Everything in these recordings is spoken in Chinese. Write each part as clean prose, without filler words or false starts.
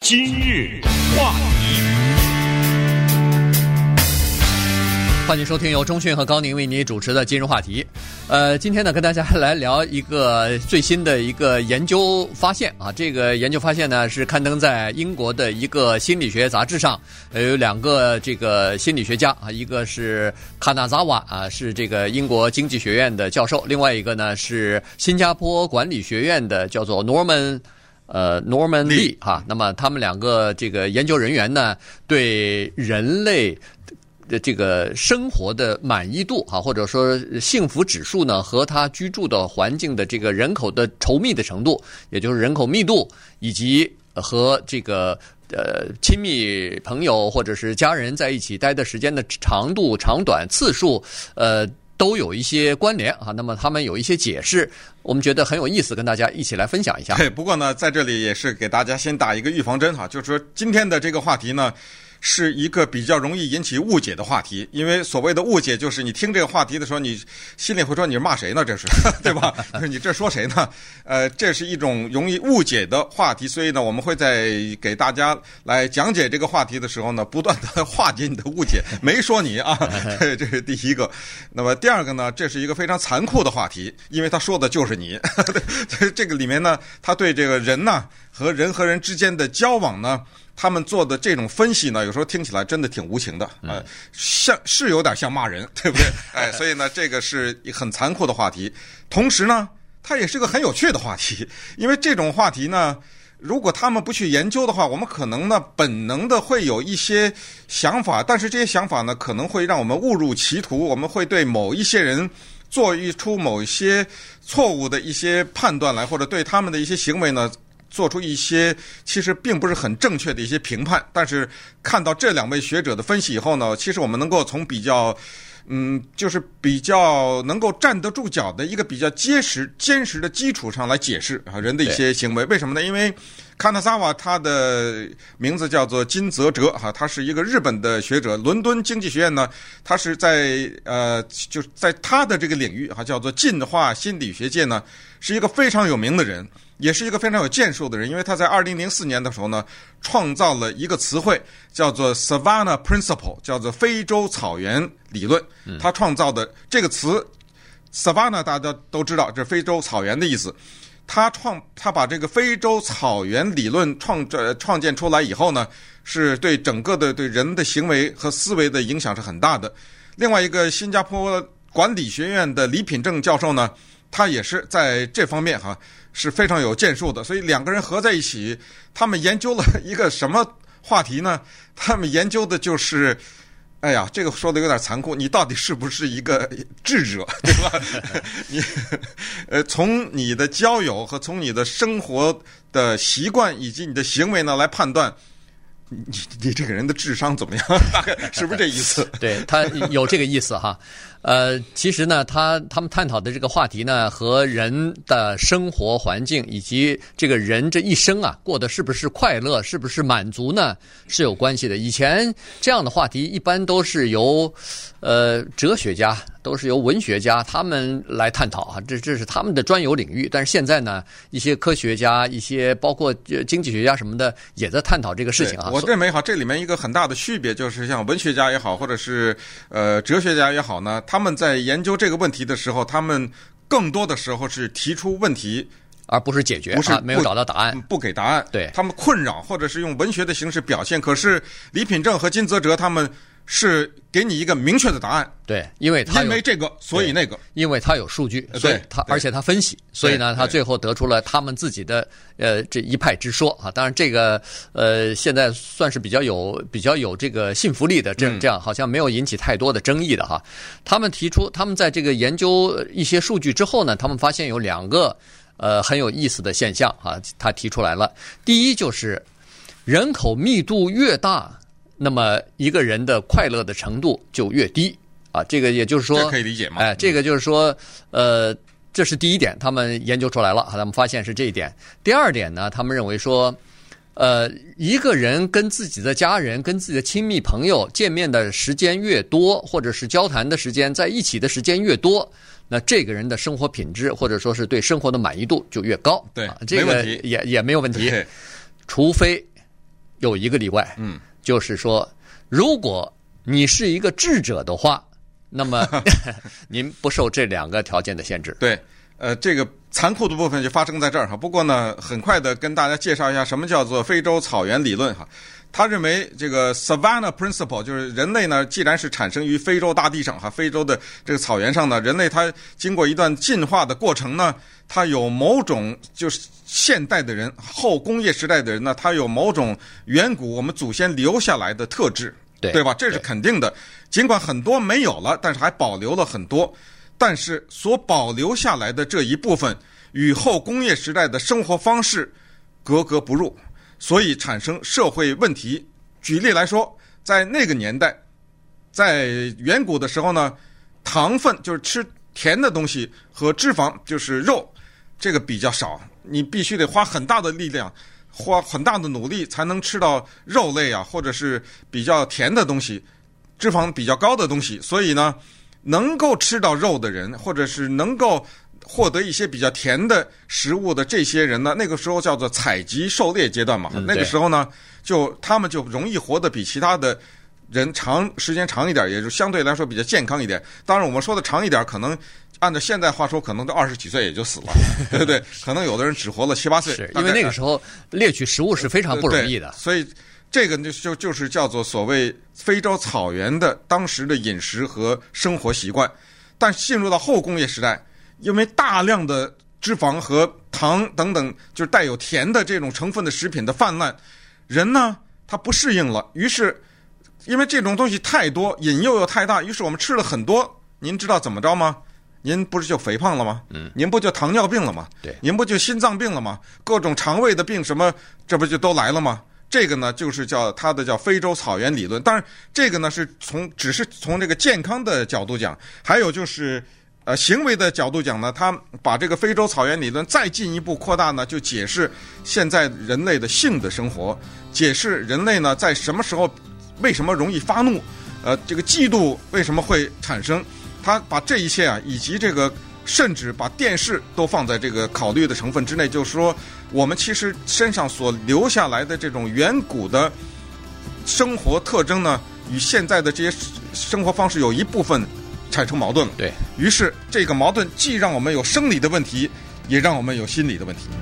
今日话题， 欢迎收听由钟讯和高宁为你主持的今日话题。今天呢，跟大家来聊一个最新的一个研究发现啊。这个研究发现呢，是刊登在英国的一个心理学杂志上，有两个这个心理学家啊，一个是卡纳扎瓦啊，是这个英国经济学院的教授，另外一个呢是新加坡管理学院的，叫做 Norman Lee 哈。那么他们两个这个研究人员呢，对人类的这个生活的满意度啊，或者说幸福指数呢，和他居住的环境的这个人口的稠密的程度，也就是人口密度，以及和这个亲密朋友或者是家人在一起待的时间的长度、长短、次数，都有一些关联啊。那么他们有一些解释，我们觉得很有意思，跟大家一起来分享一下。 对，不过呢，在这里也是给大家先打一个预防针哈，就是说今天的这个话题呢，是一个比较容易引起误解的话题。因为所谓的误解，就是你听这个话题的时候，你心里会说你是骂谁呢？这是对吧？你这说谁呢？这是一种容易误解的话题，所以呢，我们会在给大家来讲解这个话题的时候呢，不断的化解你的误解。没说你啊，这是第一个。那么第二个呢，这是一个非常残酷的话题，因为他说的就是你。这个里面呢，他对这个人呢和人之间的交往呢，他们做的这种分析呢，有时候听起来真的挺无情的，是有点像骂人，对不对？所以呢，这个是很残酷的话题。同时呢，它也是个很有趣的话题，因为这种话题呢，如果他们不去研究的话，我们可能呢本能的会有一些想法，但是这些想法呢，可能会让我们误入歧途，我们会对某一些人做出某一些错误的一些判断来，或者对他们的一些行为呢，做出一些其实并不是很正确的一些评判。但是看到这两位学者的分析以后呢，其实我们能够从比较就是比较能够站得住脚的一个比较坚实的基础上来解释人的一些行为。为什么呢？因为卡纳萨瓦他的名字叫做金泽哲哈，他是一个日本的学者，伦敦经济学院呢，他是在就是在他的这个领域哈，叫做进化心理学界呢，是一个非常有名的人，也是一个非常有建树的人。因为他在2004年的时候呢，创造了一个词汇叫做 Savannah Principle， 叫做非洲草原理论。他创造的这个词 Savannah 大家都知道，这是非洲草原的意思。他把这个非洲草原理论创建出来以后呢，是对整个的对人的行为和思维的影响是很大的。另外一个新加坡管理学院的李品正教授呢，他也是在这方面哈是非常有建树的。所以两个人合在一起，他们研究了一个什么话题呢？他们研究的就是哎呀，这个说的有点残酷，你到底是不是一个智者，对吧？你从你的交友和从你的生活的习惯以及你的行为呢来判断你这个人的智商怎么样？大概是不是这意思？ 对，他有这个意思哈。其实呢，他们探讨的这个话题呢，和人的生活环境以及这个人这一生啊，过得是不是快乐，是不是满足呢，是有关系的。以前这样的话题一般都是由哲学家，都是由文学家他们来探讨啊，这是他们的专有领域。但是现在呢，一些科学家，一些包括经济学家什么的，也在探讨这个事情啊。 我认为哈，这里面一个很大的区别就是，像文学家也好，或者是哲学家也好呢，他们在研究这个问题的时候，他们更多的时候是提出问题， 而不是解决， 不是没有找到答案， 不给答案， 对他们困扰，或者是用文学的形式表现。可是李品正和金泽哲他们是给你一个明确的答案， 对，因为这个，所以那个， 因为他有数据，所以而且他分析，所以呢，他最后得出了他们自己的这一派之说啊。当然，这个现在算是比较有这个信服力的，这样好像没有引起太多的争议的哈。他们提出，他们在这个研究一些数据之后呢，他们发现有两个很有意思的现象啊，他提出来了。第一就是人口密度越大，那么一个人的快乐的程度就越低啊，这个也就是说， 这可以理解吗？ 这个就是说，这是第一点，他们研究出来了，他们发现是这一点。第二点呢，他们认为说，一个人跟自己的家人、跟自己的亲密朋友见面的时间越多，或者是交谈的时间在一起的时间越多，那这个人的生活品质或者说是对生活的满意度就越高。 对， 这个也没有问题，除非有一个例外，就是说，如果你是一个智者的话，那么您不受这2个条件的限制。 对，这个残酷的部分就发生在这儿哈。不过呢，很快的跟大家介绍一下什么叫做非洲草原理论哈。他认为这个 Savannah Principle 就是人类呢，既然是产生于非洲大地上哈，非洲的这个草原上呢，人类它经过一段进化的过程呢，它有某种就是现代的人、后工业时代的人呢，他有某种远古我们祖先留下来的特质，对吧？这是肯定的。尽管很多没有了，但是还保留了很多。但是所保留下来的这一部分与后工业时代的生活方式格格不入，所以产生社会问题。举例来说，在那个年代，在远古的时候呢，糖分就是吃甜的东西和脂肪就是肉，这个比较少，你必须得花很大的力量，花很大的努力才能吃到肉类啊，或者是比较甜的东西，脂肪比较高的东西。所以呢，能够吃到肉的人，或者是能够获得一些比较甜的食物的这些人呢，那个时候叫做采集狩猎阶段嘛。那个时候呢，他们就容易活得比其他的人时间长一点，也就相对来说比较健康一点。当然我们说的长一点，可能按照现在话说，可能都20几岁也就死了，对不对？可能有的人只活了7、8岁， 是因为那个时候猎取食物是非常不容易的。 所以这个就是叫做所谓非洲草原的当时的饮食和生活习惯。但进入到后工业时代，因为大量的脂肪和糖等等就是带有甜的这种成分的食品的泛滥，人呢他不适应了，于是因为这种东西太多，引诱又太大，于是我们吃了很多。您知道怎么着吗？您不是就肥胖了吗？您不就糖尿病了吗？ 对， 您不就心脏病了吗？各种肠胃的病什么，这不就都来了吗？这个呢，就是叫非洲草原理论。当然，这个呢只是从这个健康的角度讲，还有就是行为的角度讲呢，他把这个非洲草原理论再进一步扩大呢，就解释现在人类的性的生活，解释人类呢在什么时候为什么容易发怒，这个嫉妒为什么会产生。他把这一切啊，以及这个甚至把电视都放在这个考虑的成分之内，就是说我们其实身上所留下来的这种远古的生活特征呢，与现在的这些生活方式有一部分产生矛盾了。 对，于是这个矛盾既让我们有生理的问题，也让我们有心理的问题。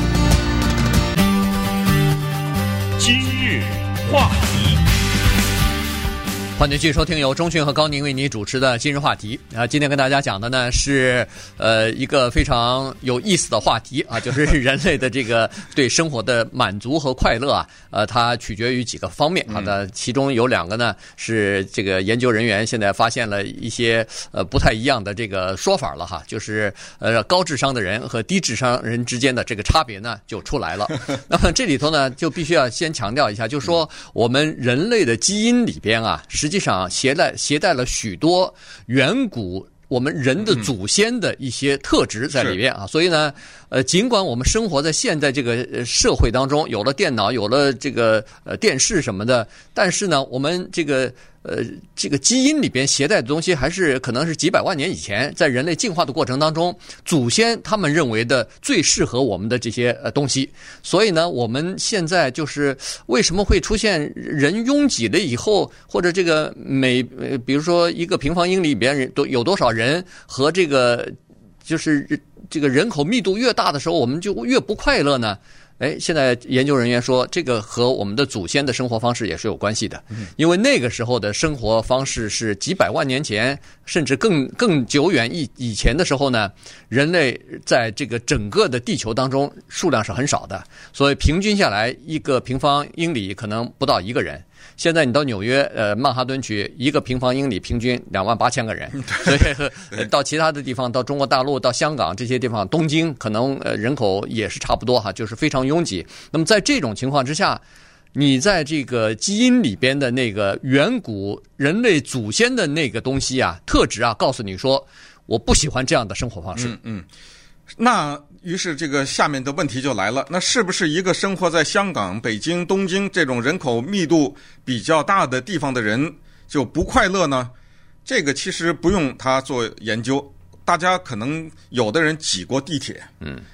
今日话题。 欢迎继续收听由钟迅和高宁为你主持的今日话题啊。今天跟大家讲的呢是一个非常有意思的话题啊，就是人类的这个对生活的满足和快乐啊，它取决于几个方面啊。那其中有2个呢是这个研究人员现在发现了一些不太一样的这个说法了哈，就是高智商的人和低智商人之间的这个差别呢就出来了。那么这里头呢就必须要先强调一下，就是说我们人类的基因里边啊，实际上携带了许多远古我们人的祖先的一些特质在里边啊，所以呢，尽管我们生活在现在这个社会当中，有了电脑，有了这个电视什么的，但是呢，我们这个基因里边携带的东西，还是可能是几百万年以前，在人类进化的过程当中，祖先他们认为的最适合我们的这些东西。所以呢，我们现在就是为什么会出现人拥挤了以后，或者这个比如说1个平方英里里边都有多少人，和这个就是这个人口密度越大的时候，我们就越不快乐呢？现在研究人员说，这个和我们的祖先的生活方式也是有关系的，因为那个时候的生活方式是几百万年前，甚至更久远以前的时候呢，人类在这个整个的地球当中数量是很少的，所以平均下来1个平方英里可能不到1个人。现在你到纽约曼哈顿区1个平方英里平均28000个人，所以到其他的地方，到中国大陆、到香港这些地方，东京可能人口也是差不多哈，就是非常拥挤。那么在这种情况之下，你在这个基因里边的那个远古人类祖先的那个东西啊，特质啊，告诉你说我不喜欢这样的生活方式。 那于是这个下面的问题就来了，那是不是一个生活在香港、北京、东京这种人口密度比较大的地方的人就不快乐呢？这个其实不用他做研究，大家可能有的人挤过地铁，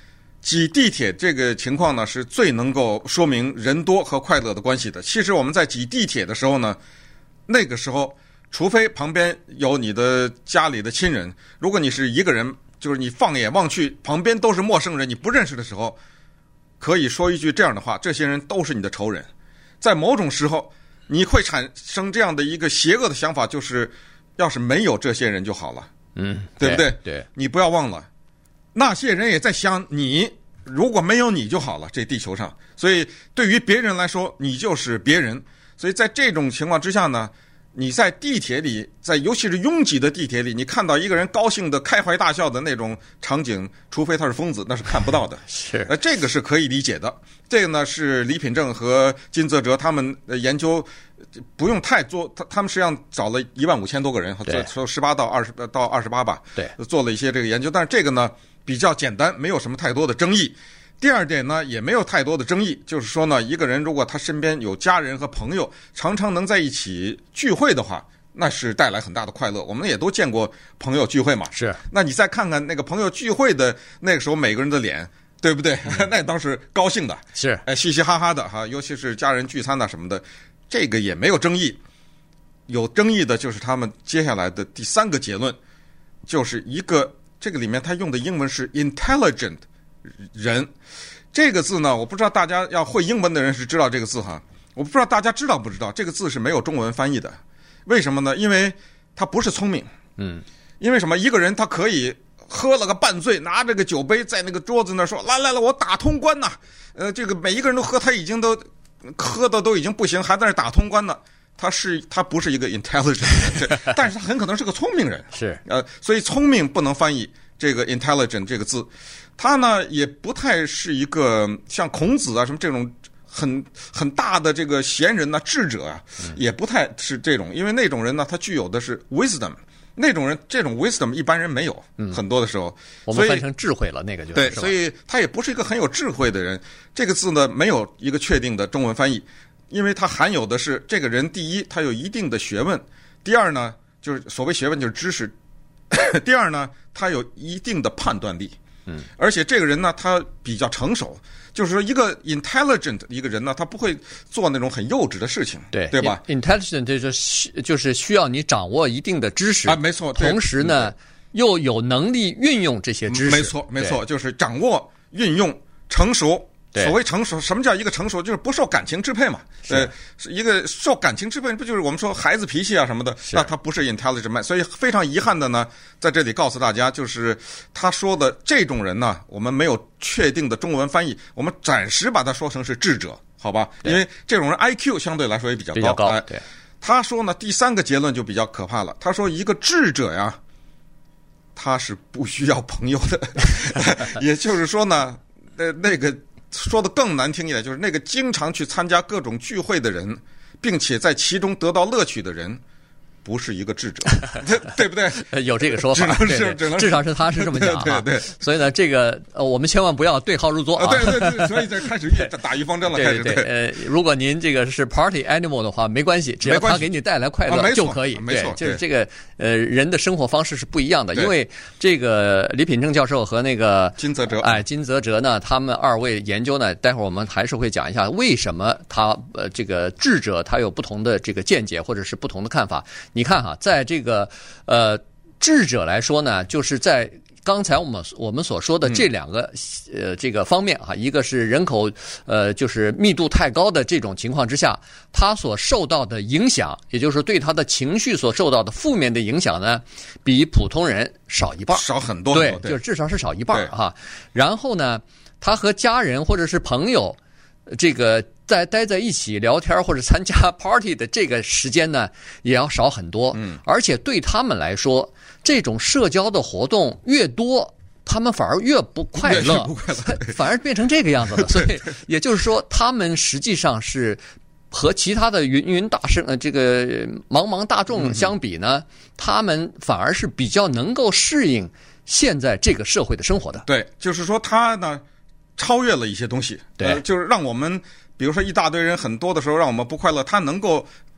挤地铁这个情况呢，是最能够说明人多和快乐的关系的。其实我们在挤地铁的时候呢，那个时候除非旁边有你的家里的亲人，如果你是一个人，就是你放眼望去旁边都是陌生人，你不认识的时候，可以说一句这样的话，这些人都是你的仇人。在某种时候你会产生这样的一个邪恶的想法，就是要是没有这些人就好了，对不对？ 对， 你不要忘了，那些人也在想你，如果没有你就好了，这地球上。所以对于别人来说，你就是别人。所以在这种情况之下呢，你在地铁里，尤其是拥挤的地铁里，你看到一个人高兴的开怀大笑的那种场景，除非他是疯子，那是看不到的。 是， 这个是可以理解的。这个呢是李品正和金泽哲他们研究，不用太做，他们实际上找了15000多个人，从18到28吧， 对， 做了一些这个研究。但是这个呢比较简单，没有什么太多的争议。第二点呢，也没有太多的争议，就是说呢，一个人如果他身边有家人和朋友，常常能在一起聚会的话，那是带来很大的快乐。我们也都见过朋友聚会嘛， 是。 那你再看看那个朋友聚会的那个时候，每个人的脸，对不对？那当时高兴的， 是， 嘻嘻哈哈的哈，尤其是家人聚餐呐什么的，这个也没有争议。有争议的就是他们接下来的第3个结论，就是这个里面他用的英文是 intelligent。人这个字呢，我不知道大家要会英文的人是知道这个字哈，我不知道大家知道不知道，这个字是没有中文翻译的。为什么呢？因为他不是聪明，因为什么？一个人他可以喝了个半醉，拿着个酒杯在那个桌子那说来我打通关呐，这个每一个人都喝，他已经都喝的都已经不行，还在那打通关呢。他不是一个 intelligent， 但是他很可能是个聪明人， 是所以聪明不能翻译这个 intelligent 这个字。他呢也不太是一个像孔子啊什么这种很大的这个贤人呐、智者啊，也不太是这种，因为那种人呢，他具有的是 wisdom， 那种人这种 wisdom 一般人没有，很多的时候我们翻成智慧了，那个就是对，所以他也不是一个很有智慧的人。这个字呢没有一个确定的中文翻译，因为它含有的是这个人第一他有一定的学问，第二呢就是所谓学问就是知识，第二呢他有一定的判断力。而且这个人呢，他比较成熟，就是说一个 intelligent 一个人呢，他不会做那种很幼稚的事情，对吧 ？intelligent 就是需要你掌握一定的知识啊，没错。 同时呢，又有能力运用这些知识， 没错，就是掌握、运用、成熟。所谓成熟，什么叫一个成熟？就是不受感情支配嘛。是一个受感情支配，不就是我们说孩子脾气啊什么的？那他不是 intelligent。所以非常遗憾的呢，在这里告诉大家，就是他说的这种人呢，我们没有确定的中文翻译，我们暂时把它说成是智者，好吧？因为这种人 IQ 相对来说也比较高。 对。 他说呢，第3个结论就比较可怕了。他说，一个智者呀，他是不需要朋友的，也就是说呢，那个。说的更难听一点，就是那个经常去参加各种聚会的人，并且在其中得到乐趣的人，不是一个智者，对不对？ 有这个说法，至少是他是这么讲啊。 对。 所以呢，这个我们千万不要对号入座啊。 对，所以就开始打预防针了。 对。如果您这个是 party animal 的话，没关系，只要他给你带来快乐就可以。 没错， 就是这个人的生活方式是不一样的。因为这个李品正教授和那个金泽哲呢，他们2位研究呢，待会儿我们还是会讲一下为什么他这个智者他有不同的这个见解或者是不同的看法。你看哈，在这个智者来说呢，就是在刚才我们所说的这2个这个方面啊，一个是人口就是密度太高的这种情况之下，他所受到的影响，也就是对他的情绪所受到的负面的影响呢，比普通人少一半， 少很多。 对，就是至少是少一半啊。然后呢，他和家人或者是朋友这个待在一起聊天或者参加 party 的这个时间呢，也要少很多。而且对他们来说，这种社交的活动越多，他们反而越不快乐，反而变成这个样子了。所以也就是说，他们实际上是和其他的芸大众这个茫大众相比呢，他们反而是比较能够适应现在这个社会的生活的。 对，就是说他呢超越了一些东西， 对， 就是让我们比如说一大堆人很多的时候让我们不快乐，他能够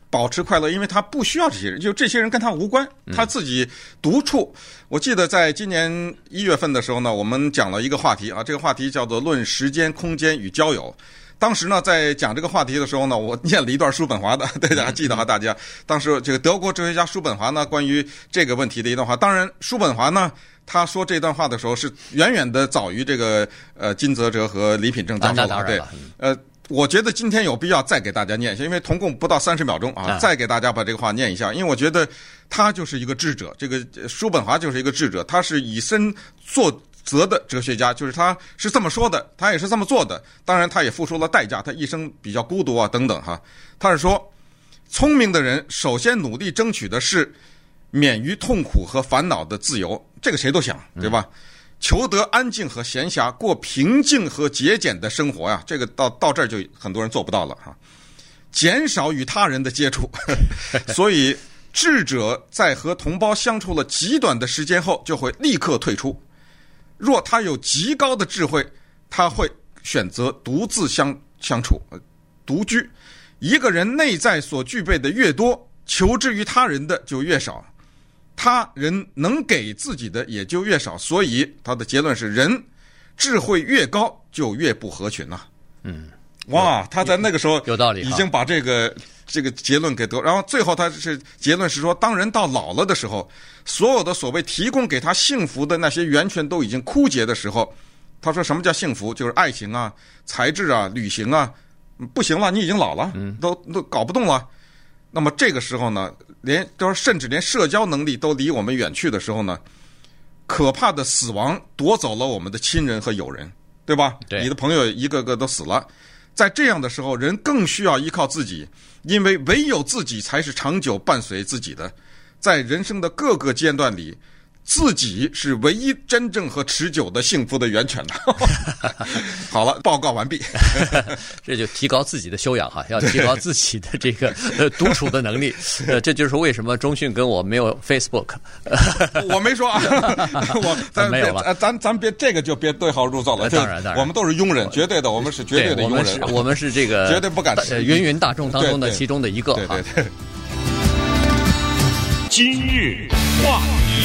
保持快乐，因为他不需要这些人，就这些人跟他无关，他自己独处。我记得在今年1月份的时候呢，我们讲了一个话题啊，这个话题叫做论时间、空间与交友。当时呢，在讲这个话题的时候呢，我念了一段叔本华的，对，大家记得哈，大家当时这个德国哲学家叔本华呢，关于这个问题的一段话。当然，叔本华呢，他说这段话的时候是远远的早于这个金泽哲和李品正教授了，对，我觉得今天有必要再给大家念一下，因为同共不到30秒钟啊，再给大家把这个话念一下，因为我觉得他就是一个智者，这个叔本华就是一个智者，他是以身作则的哲学家，就是他是这么说的，他也是这么做的，当然他也付出了代价，他一生比较孤独啊等等哈。他是说，聪明的人首先努力争取的是免于痛苦和烦恼的自由，这个谁都想，对吧？求得安静和闲暇，过平静和节俭的生活呀，这个到这儿就很多人做不到了哈。减少与他人的接触，所以智者在和同胞相处了极短的时间后，就会立刻退出。若他有极高的智慧，他会选择独自相处，独居。一个人内在所具备的越多，求之于他人的就越少，他人能给自己的也就越少。所以他的结论是，人智慧越高就越不合群呐。哇，他在那个时候有道理， 已经把这个结论给得，然后最后他是结论是说，当人到老了的时候，所有的所谓提供给他幸福的那些源泉都已经枯竭的时候，他说什么叫幸福？就是爱情啊、才智啊、旅行啊，不行了，你已经老了，都搞不动了。那么这个时候呢，甚至连社交能力都离我们远去的时候呢，可怕的死亡夺走了我们的亲人和友人，对吧？ 对， 你的朋友一个个都死了。在这样的时候，人更需要依靠自己，因为唯有自己才是长久伴随自己的。在人生的各个阶段里，自己是唯一真正和持久的幸福的源泉的。好了，报告完毕。 这就提高自己的修养哈，要提高自己的这个独处的能力。这就是为什么中讯跟我没有 Facebook。 我没说啊， 没有了。 咱别这个就别对号入座了。 当然， 我们都是庸人，绝对的，我们是绝对的庸人。 我们是这个绝对不敢芸大众当中的其中的一个。 对。 今日话题，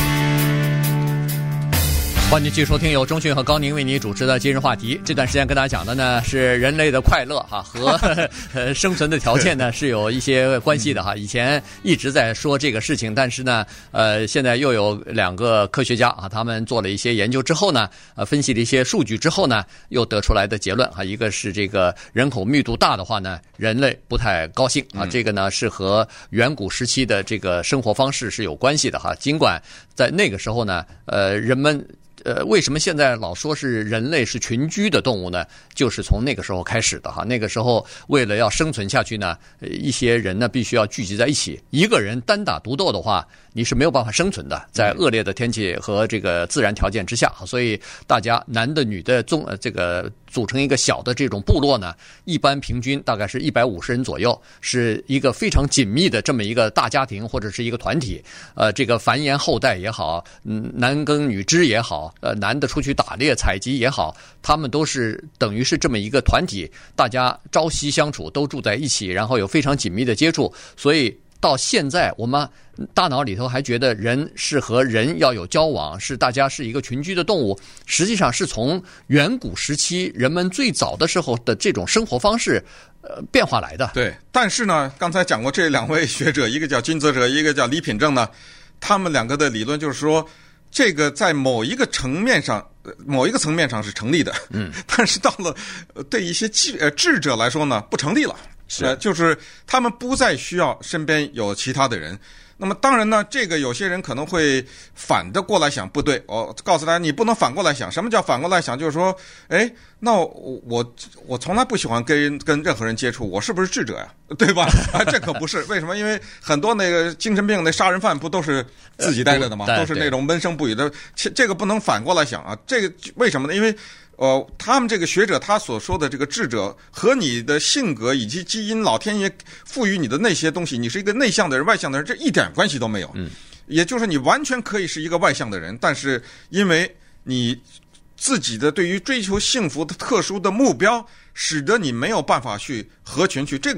欢迎继续收听由钟讯和高宁为你主持的今日话题。这段时间跟大家讲的呢是人类的快乐哈和生存的条件呢是有一些关系的哈。以前一直在说这个事情，但是呢现在又有2个科学家啊，他们做了一些研究之后呢分析了一些数据之后呢，又得出来的结论哈，一个是这个人口密度大的话呢，人类不太高兴啊，这个呢是和远古时期的这个生活方式是有关系的哈。尽管在那个时候呢人们为什么现在老说是人类是群居的动物呢？就是从那个时候开始的哈。那个时候为了要生存下去呢，一些人呢必须要聚集在一起。一个人单打独斗的话，你是没有办法生存的，在恶劣的天气和这个自然条件之下。所以大家男的女的这个组成一个小的这种部落呢，一般平均大概是150人左右，是一个非常紧密的这么一个大家庭或者是一个团体。这个繁衍后代也好，男耕女织也好，男的出去打猎采集也好，他们都是等于是这么一个团体，大家朝夕相处，都住在一起，然后有非常紧密的接触。所以到现在我们大脑里头还觉得人是和人要有交往，是大家是一个群居的动物，实际上是从远古时期人们最早的时候的这种生活方式变化来的。 对，但是呢，刚才讲过这2位学者，一个叫金泽哲，一个叫李品正呢，他们2个的理论就是说，这个在某一个层面上是成立的，但是到了对一些智者来说呢，不成立了。就是他们不再需要身边有其他的人。那么当然呢，这个有些人可能会反的过来想，不对，我告诉大家，你不能反过来想。什么叫反过来想？就是说，那我从来不喜欢跟任何人接触，我是不是智者呀？对吧？这可不是。为什么？因为很多那个精神病那杀人犯不都是自己待着的吗？都是那种闷声不语的。这个不能反过来想啊。这个为什么呢？因为他们这个学者他所说的这个智者和你的性格以及基因老天爷赋予你的那些东西，你是一个内向的人外向的人，这一点关系都没有。也就是你完全可以是一个外向的人，但是因为你自己的对于追求幸福的特殊的目标，使得你没有办法去合群去，这个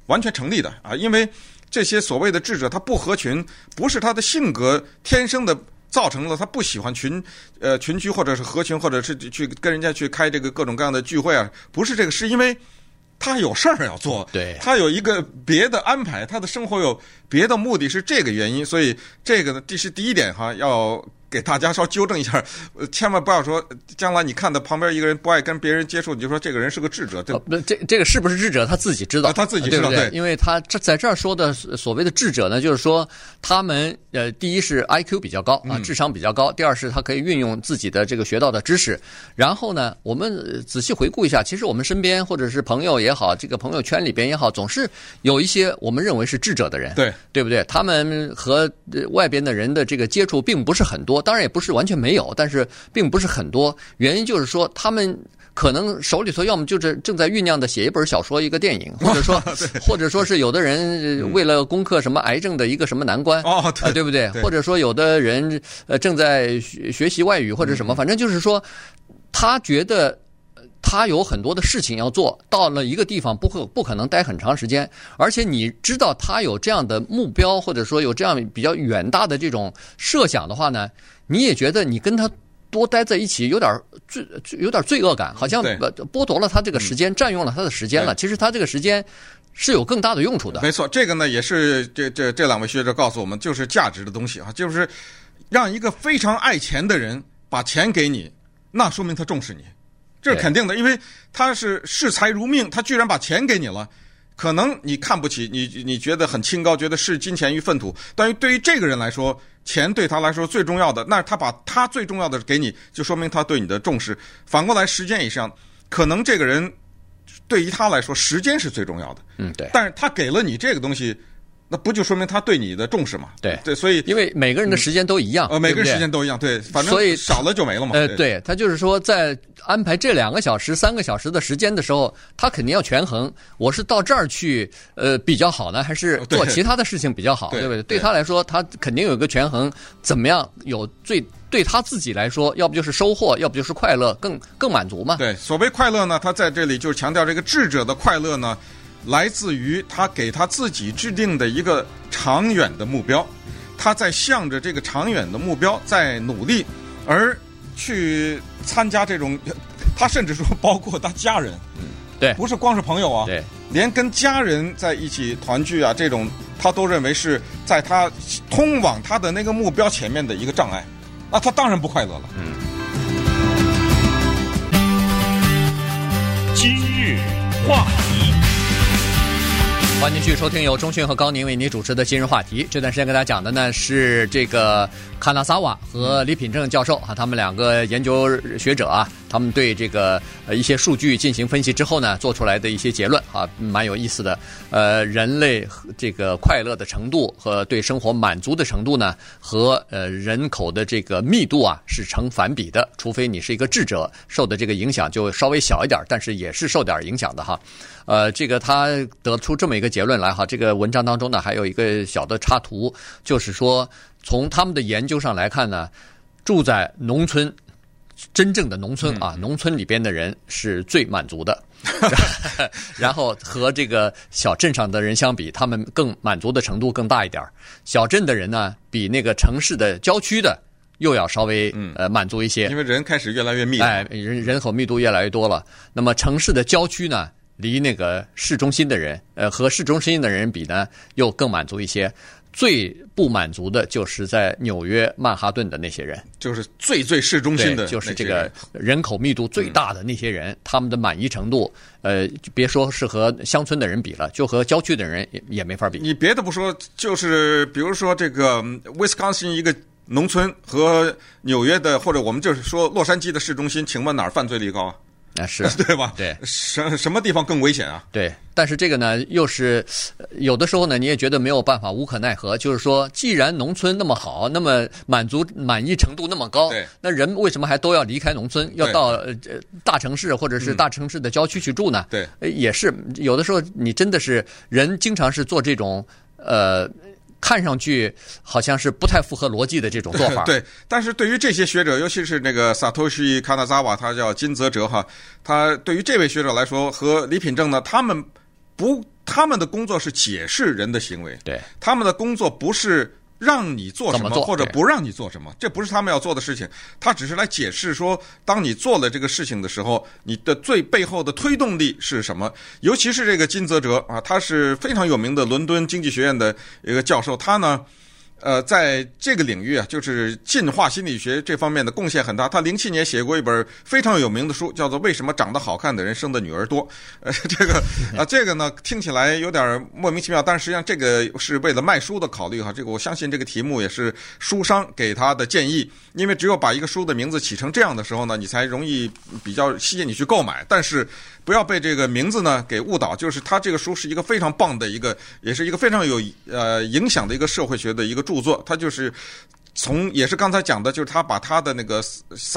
完全成立的啊，因为这些所谓的智者他不合群，不是他的性格天生的造成了他不喜欢群居或者是合群，或者是去跟人家去开这个各种各样的聚会啊，不是这个，是因为他有事儿要做， 对， 他有一个别的安排，他的生活有别的目的，是这个原因。所以这个呢，这是第一点哈，要给大家稍纠正一下，千万不要说将来你看到旁边一个人不爱跟别人接触，你就说这个人是个智者。 这个是不是智者他自己知道， 他自己知道， 对，因为他在这儿说的所谓的智者呢，就是说他们第一是 IQ 比较高啊，智商比较高；第二是他可以运用自己的这个学到的知识。然后呢，我们仔细回顾一下，其实我们身边或者是朋友也好，这个朋友圈里边也好，总是有一些我们认为是智者的人，对不对？他们和外边的人的这个接触并不是很多。当然也不是完全没有，但是并不是很多。原因就是说，他们可能手里头要么就是正在酝酿的写一本小说、一个电影，或者说是有的人为了攻克什么癌症的一个什么难关，对不对？或者说有的人正在学习外语或者什么，反正就是说，他觉得他有很多的事情要做，到了一个地方不可能待很长时间，而且你知道他有这样的目标，或者说有这样比较远大的这种设想的话呢，你也觉得你跟他多待在一起有点罪恶感，好像剥夺了他这个时间，占用了他的时间了。其实他这个时间是有更大的用处的。 没错，这个呢也是这两位学者告诉我们，就是价值的东西啊，就是让一个非常爱钱的人把钱给你，那说明他重视你。这是肯定的，因为他是视财如命，他居然把钱给你了，可能你看不起，你觉得很清高，觉得视金钱于粪土，但对于这个人来说，钱对他来说最重要的，那他把他最重要的给你，就说明他对你的重视。反过来，时间也是一样，可能这个人对于他来说，时间是最重要的， 对， 但是他给了你这个东西，那不就说明他对你的重视嘛？对，所以因为每个人的时间都一样， 每个人时间都一样，对，反正所以少了就没了嘛。 对，他就是说，在安排这2个小时、3个小时的时间的时候，他肯定要权衡，我是到这儿去比较好呢，还是做其他的事情比较好，对不对？对他来说，他肯定有一个权衡，怎么样有对他自己来说，要不就是收获，要不就是快乐，更满足嘛。 对，所谓快乐呢，他在这里就是强调这个智者的快乐呢，来自于他给他自己制定的一个长远的目标，他在向着这个长远的目标在努力，而去参加这种，他甚至说包括他家人， 对， 不是光是朋友啊， 对， 连跟家人在一起团聚啊，这种他都认为是在他通往他的那个目标前面的一个障碍，那他当然不快乐了。 今日话题。 欢迎继续收听由钟迅和高宁为你主持的今日话题。这段时间跟大家讲的呢是这个卡纳萨瓦和李品正教授啊，他们2个研究学者啊，他们对这个一些数据进行分析之后呢，做出来的一些结论啊，蛮有意思的。人类这个快乐的程度和对生活满足的程度呢，和人口的这个密度啊是成反比的，除非你是一个智者，受的这个影响就稍微小一点，但是也是受点影响的哈。这个他得出这么一个结论来哈，这个文章当中呢还有一个小的插图，就是说从他们的研究上来看呢，住在农村，真正的农村啊，农村里边的人是最满足的，然后和这个小镇上的人相比，他们更满足的程度更大一点。小镇的人呢，比那个城市的郊区的又要稍微满足一些， 因为人开始越来越密， 人口密度越来越多了。那么城市的郊区呢，离那个市中心的人，和市中心的人比呢，又更满足一些。最不满足的就是在纽约曼哈顿的那些人， 就是最市中心的， 就是这个人口密度最大的那些人，他们的满意程度，别说是和乡村的人比了，就和郊区的人也没法比。 你别的不说，就是比如说这个威斯康星一个农村和纽约的，或者我们就是说洛杉矶的市中心，请问哪儿犯罪率高啊？ 是对吧？ 对， 什么地方更危险啊？ 对，但是这个呢，又是有的时候呢，你也觉得没有办法，无可奈何。就是说，既然农村那么好，那么满意程度那么高，那人为什么还都要离开农村，要到大城市或者是大城市的郊区去住呢？ 对， 也是有的时候，你真的是人经常是做这种看上去好像是不太符合逻辑的这种做法。 对，但是对于这些学者，尤其是那个Satoshi Kanazawa，他叫金泽哲哈，他对于这位学者来说和李品正呢，他们不他们的工作是解释人的行为， 对， 他们的工作不是让你做什么或者不让你做什么，这不是他们要做的事情，他只是来解释说，当你做了这个事情的时候，你的最背后的推动力是什么。尤其是这个金泽哲啊，他是非常有名的伦敦经济学院的一个教授，他呢在这个领域啊，就是进化心理学这方面的贡献很大。他07年写过一本非常有名的书，叫做《为什么长得好看的人生的女儿多》。这个呢听起来有点莫名其妙，但实际上这个是为了卖书的考虑哈。这个我相信这个题目也是书商给他的建议，因为只有把一个书的名字起成这样的时候呢，你才容易比较吸引你去购买。但是不要被这个名字呢给误导，就是他这个书是一个非常棒的一个，也是一个非常有影响的一个社会学的一个著作。他就是也是刚才讲的，就是他把他的那个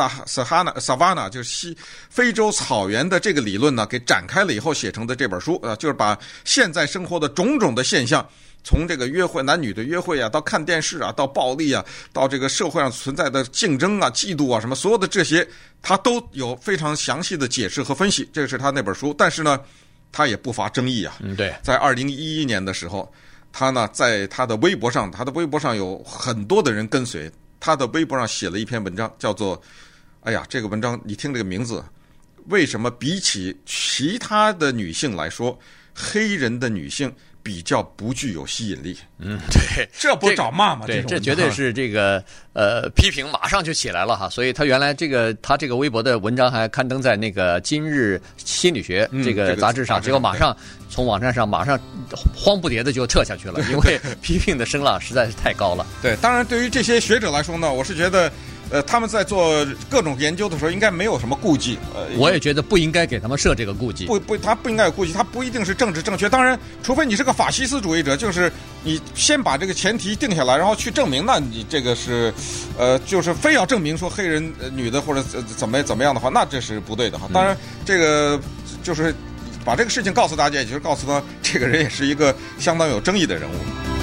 Savannah 就是非洲草原的这个理论呢给展开了以后写成的这本书就是把现在生活的种种的现象，从这个约会男女的约会啊，到看电视啊，到暴力啊，到这个社会上存在的竞争啊、嫉妒啊什么，所有的这些他都有非常详细的解释和分析，这是他那本书。但是呢他也不乏争议啊。 对， 在2011年的时候，他呢在他的微博上有很多的人跟随，他的微博上写了一篇文章，叫做这个文章你听这个名字，为什么比起其他的女性来说，黑人的女性比较不具有吸引力？ 对， 这不找骂吗？ 对，这绝对是这个批评马上就起来了哈。所以他原来他这个微博的文章还刊登在那个《今日心理学》这个杂志上，结果马上从网站上马上慌不迭的就撤下去了，因为批评的声浪实在是太高了。 对，当然对于这些学者来说呢，我是觉得他们在做各种研究的时候应该没有什么顾忌。 我也觉得不应该给他们设这个顾忌。 他不应该有顾忌，他不一定是政治正确。当然，除非你是个法西斯主义者，就是你先把这个前提定下来，然后去证明，那你这个是就是非要证明说黑人女的或者怎么样的话，那这是不对的哈。当然，这个就是把这个事情告诉大家，也就是告诉他这个人也是一个相当有争议的人物。